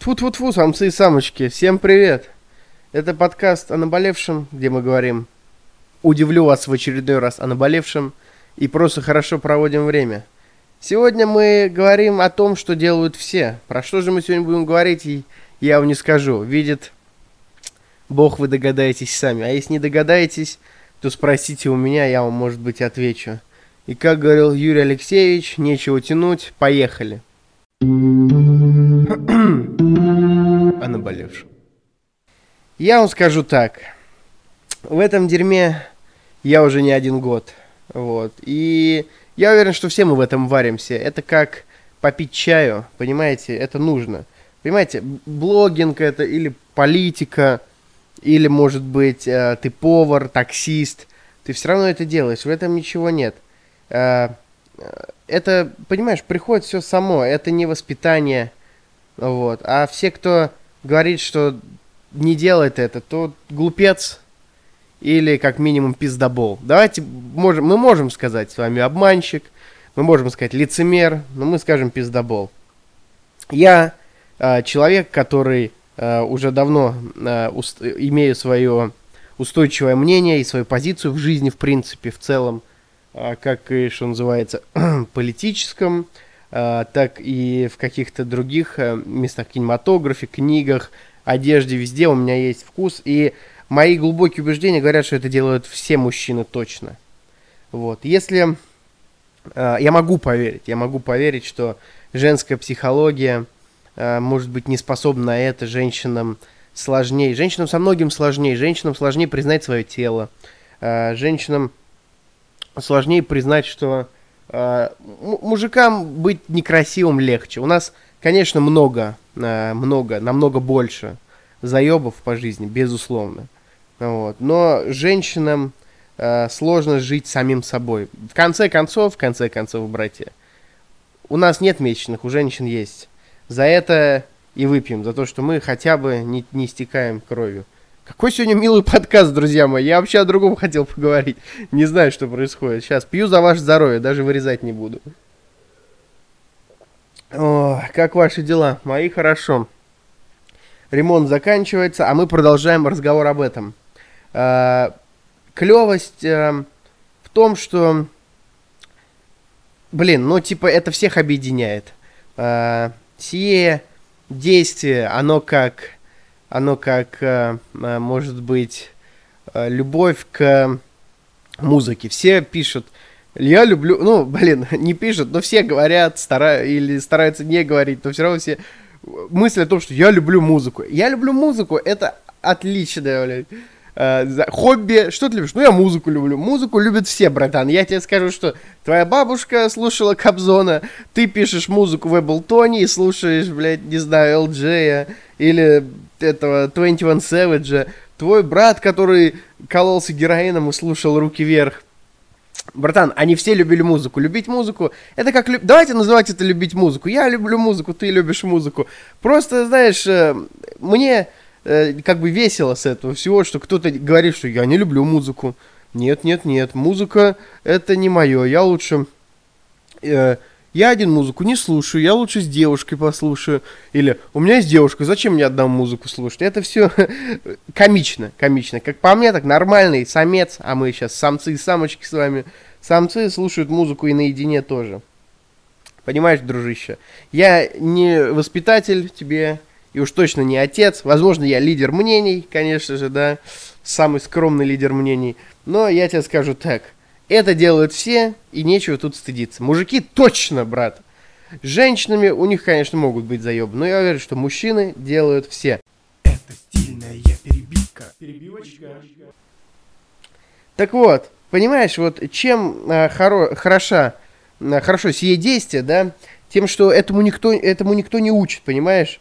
Тьфу-тьфу-тьфу, самцы и самочки, всем привет! Это подкаст о наболевшем, где мы говорим, удивлю вас в очередной раз о наболевшем и просто хорошо проводим время. Сегодня мы говорим о том, что делают все. Про что же мы сегодня будем говорить, я вам не скажу. Видит Бог, вы догадаетесь сами. А если не догадаетесь, то спросите у меня, я вам, может быть, отвечу. И как говорил Юрий Алексеевич, нечего тянуть, поехали. О наболевшем. Я вам скажу так. В этом дерьме я уже не один год. Вот. И я уверен, что все мы в этом варимся. Это как попить чаю, понимаете? Это нужно. Понимаете, блогинг это или политика, или, может быть, ты повар, таксист. Ты все равно это делаешь. В этом ничего нет. Это, понимаешь, приходит все само. Это не воспитание. Вот. А все, кто говорит, что не делает это, то глупец или, как минимум, пиздобол. Давайте, мы можем сказать с вами обманщик, мы можем сказать лицемер, но мы скажем пиздобол. Я человек, который уже давно имею свое устойчивое мнение и свою позицию в жизни, в принципе, в целом, как и, что называется, политическом, так и в каких-то других местах, кинематографе, книгах, одежде, везде у меня есть вкус. И мои глубокие убеждения говорят, что это делают все мужчины точно. Вот. Если я могу поверить, что женская психология может быть не способна на это, женщинам сложнее, женщинам со многим сложнее, женщинам сложнее признать свое тело, женщинам сложнее признать, что мужикам быть некрасивым легче. У нас, конечно, намного больше заебов по жизни, безусловно. Вот. Но женщинам сложно жить самим собой. В конце концов, братья, у нас нет месячных, у женщин есть. За это и выпьем, за то, что мы хотя бы не истекаем кровью. Какой сегодня милый подкаст, друзья мои. Я вообще о другом хотел поговорить. Не знаю, что происходит. Сейчас пью за ваше здоровье, даже вырезать не буду. О, как ваши дела? Мои хорошо. Ремонт заканчивается, а мы продолжаем разговор об этом. Клевость в том, что... это всех объединяет. Сие действие, оно как, может быть, любовь к музыке. Все пишут, я люблю, не пишут, но все говорят, или стараются не говорить, но все равно все мыслят о том, что я люблю музыку. Я люблю музыку, это отличное, блядь. Хобби, что ты любишь? Я музыку люблю. Музыку любят все, братан. Я тебе скажу, что твоя бабушка слушала Кобзона, ты пишешь музыку в Эблтоне и слушаешь, не знаю, LJ или этого 21 Savage. Твой брат, который кололся героином и слушал «Руки вверх». Братан, они все любили музыку. Любить музыку, это как... Давайте называть это любить музыку. Я люблю музыку, ты любишь музыку. Просто, знаешь, мне... весело с этого всего, что кто-то говорит, что я не люблю музыку. Нет, музыка это не мое. Я лучше... я один музыку не слушаю, я лучше с девушкой послушаю. Или у меня есть девушка, зачем мне одна музыку слушать? Это все комично. Как по мне, так нормальный самец, а мы сейчас самцы и самочки с вами. Самцы слушают музыку и наедине тоже. Понимаешь, дружище? Я не воспитатель тебе... И уж точно не отец. Возможно, я лидер мнений, конечно же, да. Самый скромный лидер мнений. Но я тебе скажу так. Это делают все, и нечего тут стыдиться. Мужики точно, брат. С женщинами у них, конечно, могут быть заебы. Но я уверен, что мужчины делают все. Это стильная перебивка. Перебивочка. Так вот, понимаешь, вот чем хорошо сие действие, да, тем, что этому никто не учит, понимаешь?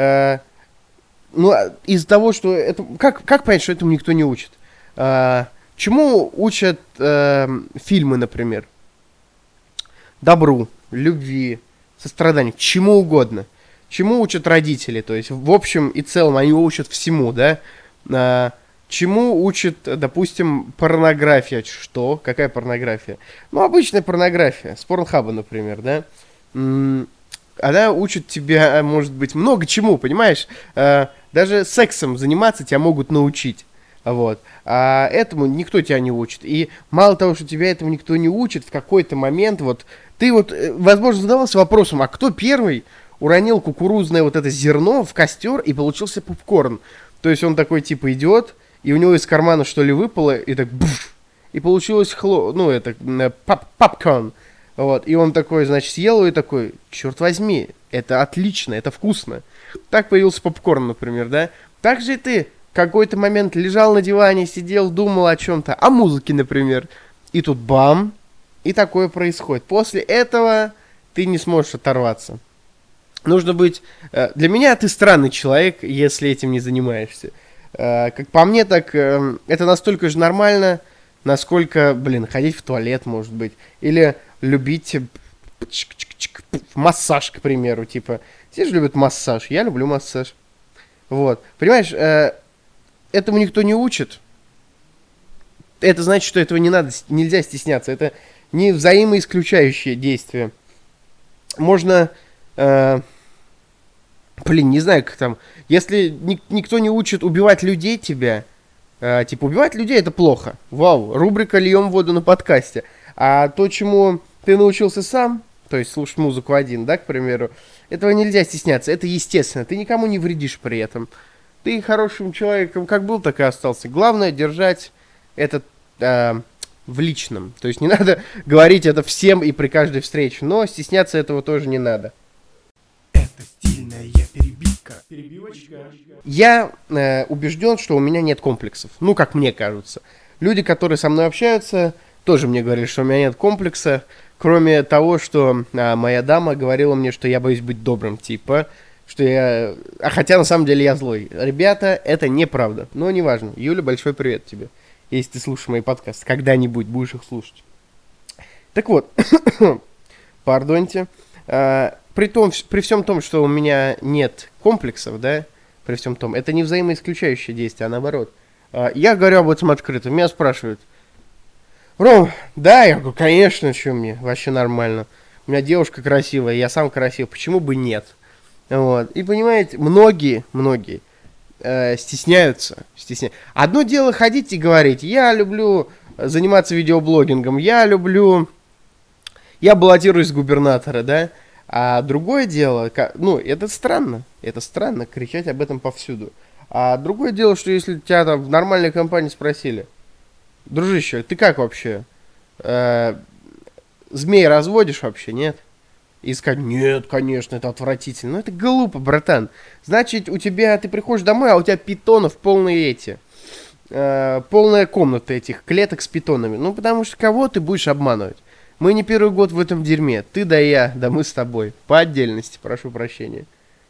Из-за того, что это... Как понять, что этому никто не учит? Чему учат фильмы, например? Добру, любви, состраданию, чему угодно. Чему учат родители? То есть, в общем и целом, они учат всему, да? Чему учат, допустим, порнография? Что? Какая порнография? Обычная порнография. С Порнхаба, например, да? она учит тебя, может быть, много чему, понимаешь? Даже сексом заниматься тебя могут научить. Вот. А этому никто тебя не учит. И мало того, что тебя этому никто не учит, в какой-то момент вот ты вот, возможно, задавался вопросом, а кто первый уронил кукурузное вот это зерно в костер и получился попкорн? То есть он такой типа идет, и у него из кармана что ли выпало, и так буф, и получилось попкорн. Вот. И он такой, значит, съел и такой, черт возьми, это отлично, это вкусно. Так появился попкорн, например, да? Так же и ты какой-то момент лежал на диване, сидел, думал о чем-то, о музыке, например. И тут бам, и такое происходит. После этого ты не сможешь оторваться. Нужно быть... Для меня ты странный человек, если этим не занимаешься. Как по мне, так это настолько же нормально, насколько, ходить в туалет, может быть. Или любить массаж, к примеру. Типа, все же любят массаж, я люблю массаж. Вот. Понимаешь, этому никто не учит. Это значит, что этого нельзя стесняться. Это не взаимоисключающее действие. Можно... не знаю, как там. Если никто не учит убивать людей тебя, типа, убивать людей это плохо. Вау, рубрика «Льем воду на подкасте». А то, чему ты научился сам, то есть слушать музыку один, да, к примеру, этого нельзя стесняться, это естественно. Ты никому не вредишь при этом. Ты хорошим человеком как был, так и остался. Главное держать это в личном. То есть не надо говорить это всем и при каждой встрече, но стесняться этого тоже не надо. Это стильная перебивка. Перебивочка. Я убежден, что у меня нет комплексов. Ну, как мне кажется. Люди, которые со мной общаются, тоже мне говорили, что у меня нет комплекса. Кроме того, что моя дама говорила мне, что я боюсь быть добрым, типа, что я... хотя на самом деле я злой. Ребята, это неправда. Но неважно. Юля, большой привет тебе. Если ты слушаешь мои подкасты. Когда-нибудь будешь их слушать. Так вот. Пардоньте. При всем том, что у меня нет комплексов, да, при всем том, это не взаимоисключающее действие, а наоборот. Я говорю об этом открыто. Меня спрашивают: Ром, да, я говорю, конечно, что мне, вообще нормально. У меня девушка красивая, я сам красивый, почему бы нет? Вот. И понимаете, многие стесняются. Одно дело ходить и говорить: я люблю заниматься видеоблогингом, я баллотируюсь в губернатора, да? А другое дело, это странно, кричать об этом повсюду. А другое дело, что если тебя там в нормальной компании спросили: дружище, ты как вообще? Змей разводишь вообще, нет? И сказать: нет, конечно, это отвратительно. Ну, это глупо, братан. Значит, ты приходишь домой, а у тебя питонов полная комната этих клеток с питонами. Ну, потому что кого ты будешь обманывать? Мы не первый год в этом дерьме. Ты да я, да мы с тобой. По отдельности, прошу прощения.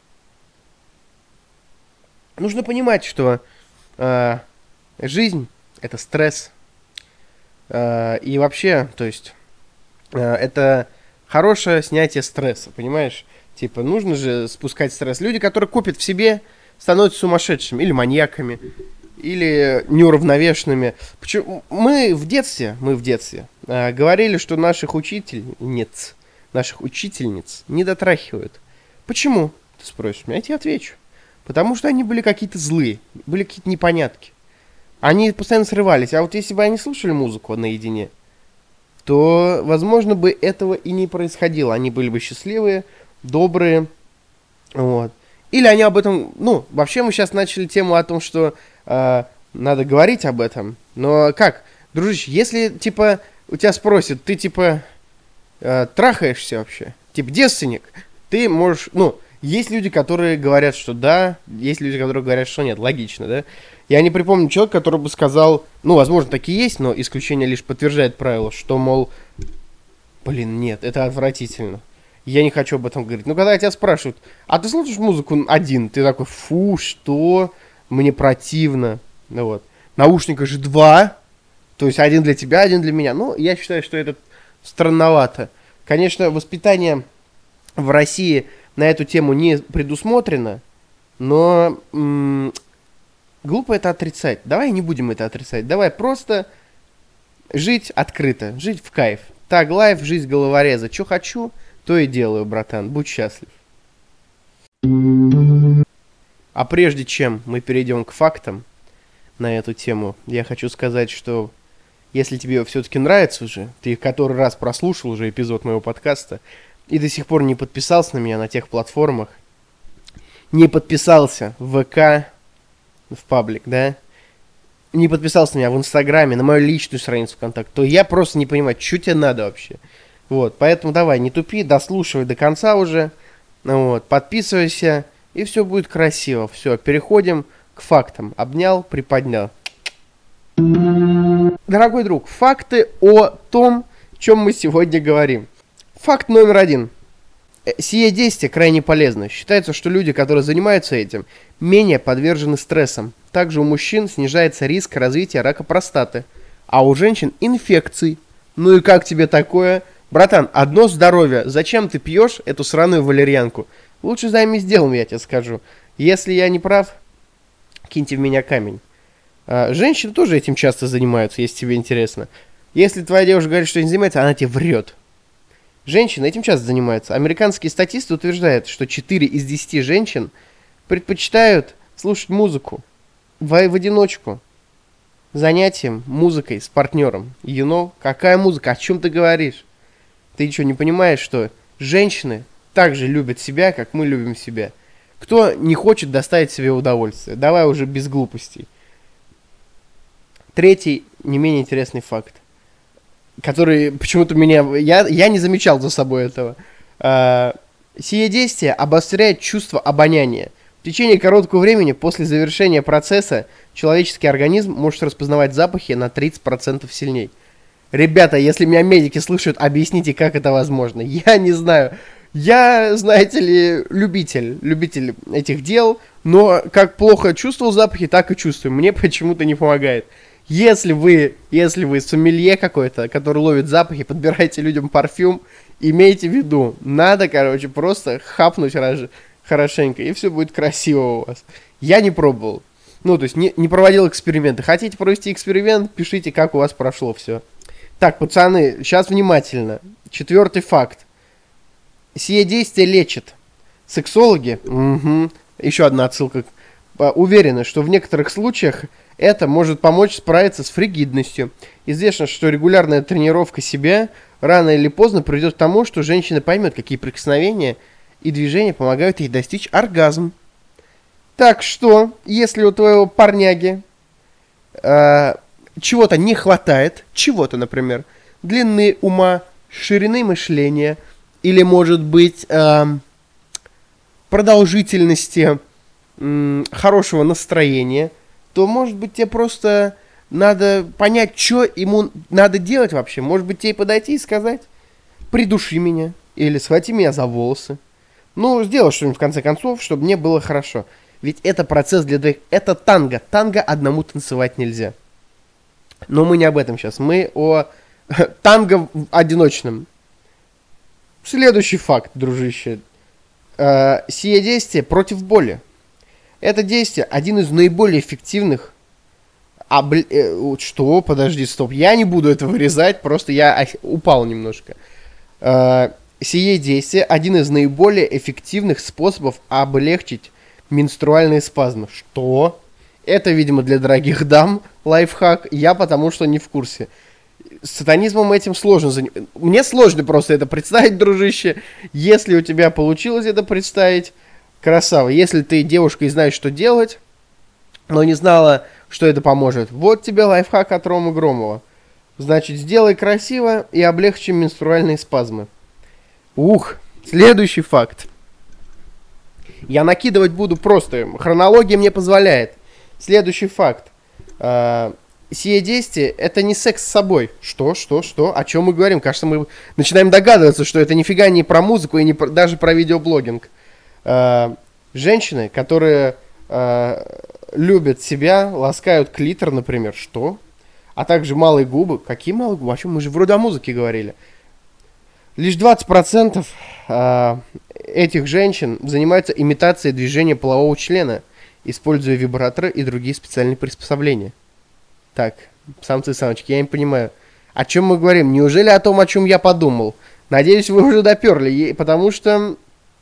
Нужно понимать, что жизнь — это стресс. И вообще, то есть, это хорошее снятие стресса, понимаешь? Типа, нужно же спускать стресс. Люди, которые копят в себе, становятся сумасшедшими или маньяками, или неуравновешенными. Почему? Мы в детстве говорили, что наших учительниц не дотрахивают. Почему? Ты спросишь меня, я тебе отвечу. Потому что они были какие-то злые, были какие-то непонятки. Они постоянно срывались. А вот если бы они слушали музыку наедине, то, возможно, бы этого и не происходило. Они были бы счастливые, добрые. Вот. Или они об этом... вообще мы сейчас начали тему о том, что надо говорить об этом. Но как? Дружище, если, типа, у тебя спросят, ты, типа, трахаешься вообще? Типа, девственник? Ты можешь... есть люди, которые говорят, что да, есть люди, которые говорят, что нет. Логично, да? Я не припомню человека, который бы сказал... возможно, такие есть, но исключение лишь подтверждает правило, что, мол... нет, это отвратительно. Я не хочу об этом говорить. Но когда тебя спрашивают: а ты слушаешь музыку один? Ты такой: фу, что? Мне противно. Вот. Наушника же 2. То есть один для тебя, один для меня. Я считаю, что это странновато. Конечно, воспитание в России на эту тему не предусмотрено. Но глупо это отрицать. Давай не будем это отрицать. Давай просто жить открыто. Жить в кайф. Так, лайф, жизнь головореза. Что хочу, то и делаю, братан. Будь счастлив. А прежде чем мы перейдем к фактам на эту тему, я хочу сказать, что если тебе все-таки нравится уже, ты который раз прослушал уже эпизод моего подкаста и до сих пор не подписался на меня на тех платформах, не подписался в ВК, в паблик, да, не подписался на меня в Инстаграме, на мою личную страницу ВКонтакте, то я просто не понимаю, что тебе надо вообще. Вот, поэтому давай, не тупи, дослушивай до конца уже, вот, подписывайся, и все будет красиво. Все, переходим к фактам. Обнял, приподнял. Дорогой друг, факты о том, о чем мы сегодня говорим. Факт номер 1. Сие действие крайне полезно. Считается, что люди, которые занимаются этим, менее подвержены стрессам. Также у мужчин снижается риск развития рака простаты, а у женщин инфекций. Ну и как тебе такое? Братан, одно здоровье. Зачем ты пьешь эту сраную валерьянку? Лучше займись делом, я тебе скажу. Если я не прав, киньте в меня камень. Женщины тоже этим часто занимаются, если тебе интересно. Если твоя девушка говорит, что не занимается, она тебе врет. Женщины этим часто занимаются. Американские статисты утверждают, что 4 из 10 женщин предпочитают слушать музыку в одиночку. Занятием, музыкой с партнером. You know? Какая музыка? О чем ты говоришь? Ты что, не понимаешь, что женщины так же любят себя, как мы любим себя? Кто не хочет доставить себе удовольствие? Давай уже без глупостей. Третий, не менее интересный факт, который почему-то меня... Я не замечал за собой этого. Сие действие обостряет чувство обоняния. В течение короткого времени после завершения процесса человеческий организм может распознавать запахи на 30% сильнее. Ребята, если меня медики слышат, объясните, как это возможно. Я не знаю. Я, знаете ли, любитель этих дел, но как плохо чувствовал запахи, так и чувствую. Мне почему-то не помогает. Если вы сомелье какой-то, который ловит запахи, подбирайте людям парфюм, имейте в виду, надо, просто хапнуть хорошенько, и все будет красиво у вас. Я не пробовал. Ну, то есть не проводил эксперименты. Хотите провести эксперимент, пишите, как у вас прошло все. Так, пацаны, сейчас внимательно. 4-й факт. Сие действие лечит. Сексологи, еще одна отсылка, уверены, что в некоторых случаях это может помочь справиться с фригидностью. Известно, что регулярная тренировка себя рано или поздно приведет к тому, что женщина поймет, какие прикосновения и движения помогают ей достичь оргазма. Так что, если у твоего парняги чего-то не хватает, чего-то, например, длины ума, ширины мышления, или, может быть, продолжительности, хорошего настроения, то, может быть, тебе просто надо понять, что ему надо делать вообще. Может быть, тебе подойти и сказать: придуши меня, или схвати меня за волосы. Ну, сделай что-нибудь, в конце концов, чтобы мне было хорошо. Ведь это процесс для двоих. Это танго. Танго одному танцевать нельзя. Но мы не об этом сейчас. Мы о танго одиночном. Следующий факт, дружище. Сие действие против боли. Это действие один из наиболее эффективных... Что? Подожди, стоп. Я не буду это вырезать, просто я упал немножко. Сие действие один из наиболее эффективных способов облегчить менструальные спазмы. Что? Это, видимо, для дорогих дам лайфхак. Я потому что не в курсе. С сатанизмом этим сложно Мне сложно просто это представить, дружище. Если у тебя получилось это представить, красава. Если ты девушка и знаешь, что делать, но не знала, что это поможет, вот тебе лайфхак от Ромы Громова. Значит, сделай красиво и облегчи менструальные спазмы. Следующий факт. Я накидывать буду просто. Хронология мне позволяет. Следующий факт. Сие действие — это не секс с собой. Что? О чем мы говорим? Кажется, мы начинаем догадываться, что это нифига не про музыку и даже про видеоблогинг. Женщины, которые любят себя, ласкают клитор, например. Что? А также малые губы. Какие малые губы? О чем? Мы же вроде о музыке говорили. Лишь 20% этих женщин занимаются имитацией движения полового члена, используя вибраторы и другие специальные приспособления. Так, самцы и самочки, я не понимаю, о чем мы говорим? Неужели о том, о чем я подумал? Надеюсь, вы уже доперли, потому что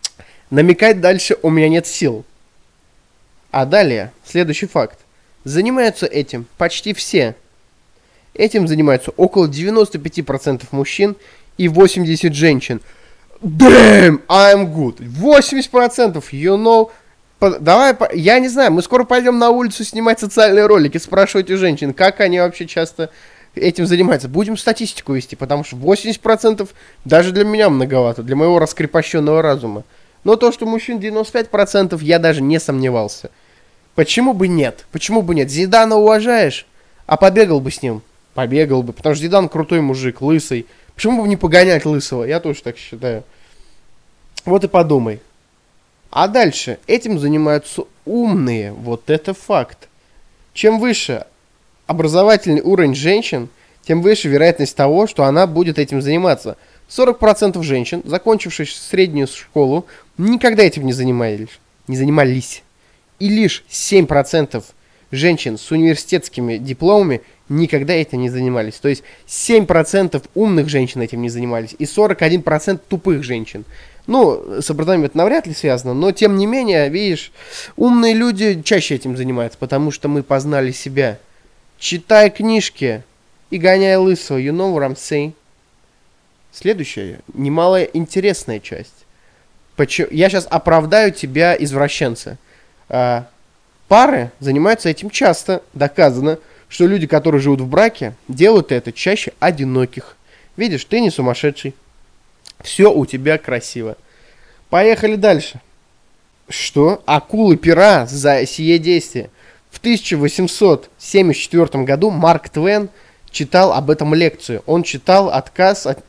Намекать дальше у меня нет сил. А далее, следующий факт. Занимаются этим почти все. Этим занимаются около 95% мужчин и 80% женщин. Damn, I'm good. 80%, you know. Давай, я не знаю, мы скоро пойдем на улицу снимать социальные ролики, спрашивать у женщин, как они вообще часто этим занимаются. Будем статистику вести, потому что 80% даже для меня многовато, для моего раскрепощенного разума. Но то, что мужчин 95%, я даже не сомневался. Почему бы нет? Почему бы нет? Зидана уважаешь, а побегал бы с ним? Побегал бы, потому что Зидан крутой мужик, лысый. Почему бы не погонять лысого? Я тоже так считаю. Вот и подумай. А дальше этим занимаются умные. Вот это факт. Чем выше образовательный уровень женщин, тем выше вероятность того, что она будет этим заниматься. 40% женщин, закончивших среднюю школу, никогда этим не занимались. И лишь 7% женщин с университетскими дипломами никогда этим не занимались. То есть 7% умных женщин этим не занимались и 41% тупых женщин. Ну, с образованием это навряд ли связано, но тем не менее, видишь, умные люди чаще этим занимаются, потому что мы познали себя. Читай книжки и гоняй лысого, you know what I'm saying? Следующая, немало интересная часть. Я сейчас оправдаю тебя, извращенца. Пары занимаются этим часто, доказано, что люди, которые живут в браке, делают это чаще одиноких. Видишь, ты не сумасшедший. Все у тебя красиво. Поехали дальше. Что? Акулы-пера за сие действие. В 1874 году Марк Твен читал об этом лекцию. Он считал отказ от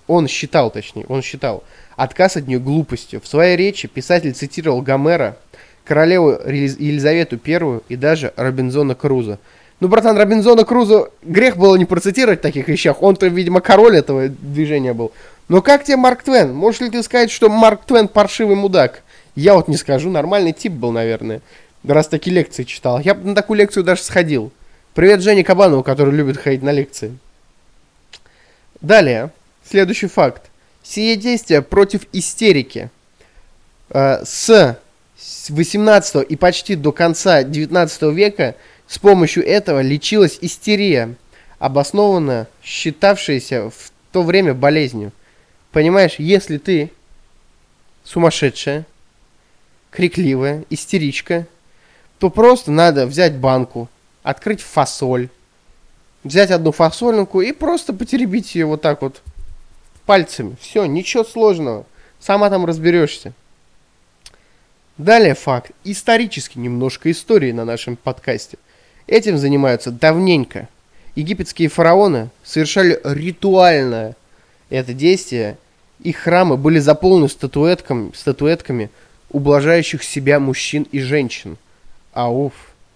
нее глупостью. В своей речи писатель цитировал Гомера, королеву Елизавету I и даже Робинзона Крузо. Ну, братан, Робинзона Крузо грех было не процитировать в таких вещах. Он-то, видимо, король этого движения был. Но как тебе Марк Твен? Можешь ли ты сказать, что Марк Твен паршивый мудак? Я вот не скажу, нормальный тип был, наверное. Раз такие лекции читал. Я бы на такую лекцию даже сходил. Привет Жене Кабанову, который любит ходить на лекции. Далее, следующий факт. Сие действие против истерики. С 18 и почти до конца 19 века с помощью этого лечилась истерия, обоснованно считавшаяся в то время болезнью. Понимаешь, если ты сумасшедшая, крикливая, истеричка, то просто надо взять банку, открыть фасоль, взять одну фасольнику и просто потеребить ее вот так вот пальцами. Все, ничего сложного. Сама там разберешься. Далее факт. Исторически немножко истории на нашем подкасте. Этим занимаются давненько. Египетские фараоны совершали ритуальное это действие. Их храмы были заполнены статуэтками ублажающих себя мужчин и женщин. Ауф.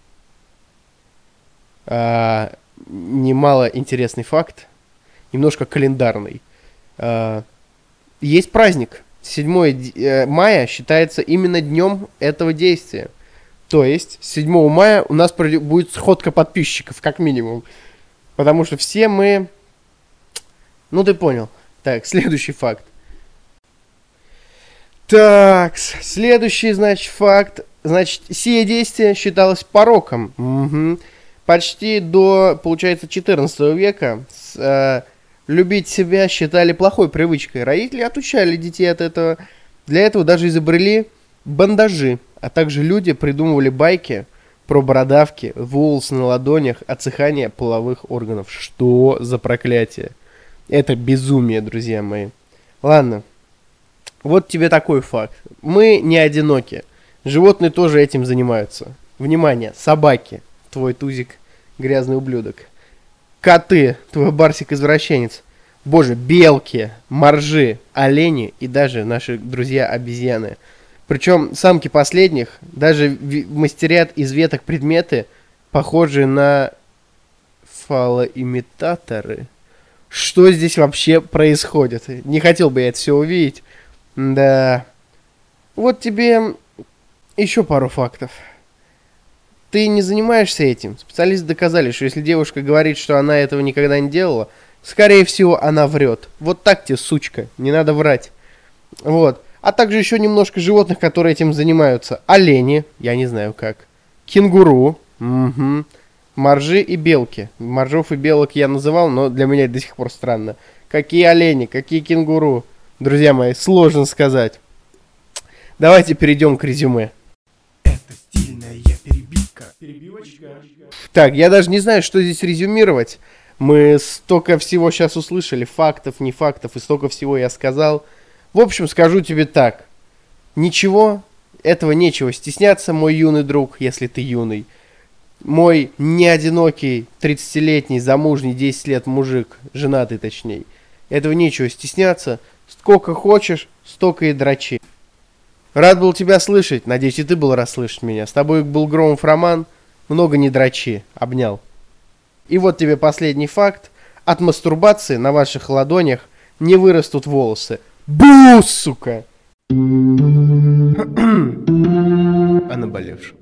Немало интересный факт. Немножко календарный. Есть праздник. 7 мая считается именно днем этого действия. То есть 7 мая у нас будет сходка подписчиков, как минимум. Потому что все мы... Ну ты понял. Так, следующий факт. Так, следующий, значит, факт. Значит, сие действие считалось пороком. Угу. Почти до, получается, 14 века любить себя считали плохой привычкой. Родители отучали детей от этого. Для этого даже изобрели бандажи. А также люди придумывали байки про бородавки, волосы на ладонях, отсыхание половых органов. Что за проклятие? Это безумие, друзья мои. Ладно. Вот тебе такой факт. Мы не одиноки. Животные тоже этим занимаются. Внимание, собаки. Твой тузик, грязный ублюдок. Коты, твой барсик-извращенец. Боже, белки, моржи, олени и даже наши друзья-обезьяны. Причем самки последних даже мастерят из веток предметы, похожие на фалоимитаторы. Что здесь вообще происходит? Не хотел бы я это все увидеть. Да. Вот тебе еще пару фактов. Ты не занимаешься этим. Специалисты доказали, что если девушка говорит, что она этого никогда не делала, скорее всего, она врет. Вот так тебе, сучка. Не надо врать. Вот. а также еще немножко животных, которые этим занимаются. Олени, я не знаю как, кенгуру, моржи и белки. Моржов и белок я называл, но для меня это до сих пор странно. Какие олени, какие кенгуру? Друзья мои, сложно сказать. Давайте перейдем к резюме. Это стильная перебивка. Перебивочка. Так, я даже не знаю, что здесь резюмировать. Мы столько всего сейчас услышали, фактов, не фактов, и столько всего я сказал. В общем, скажу тебе так. Ничего, этого нечего стесняться, мой юный друг, если ты юный. Мой неодинокий, 30-летний, замужний, 10 лет мужик, женатый точнее. Этого нечего стесняться. Сколько хочешь, столько и дрочи. Рад был тебя слышать, надеюсь, и ты был рад слышать меня. С тобой был Громов Роман, много не дрочи, обнял. И вот тебе последний факт. От мастурбации на ваших ладонях не вырастут волосы. Бу, сука! О наболевшем.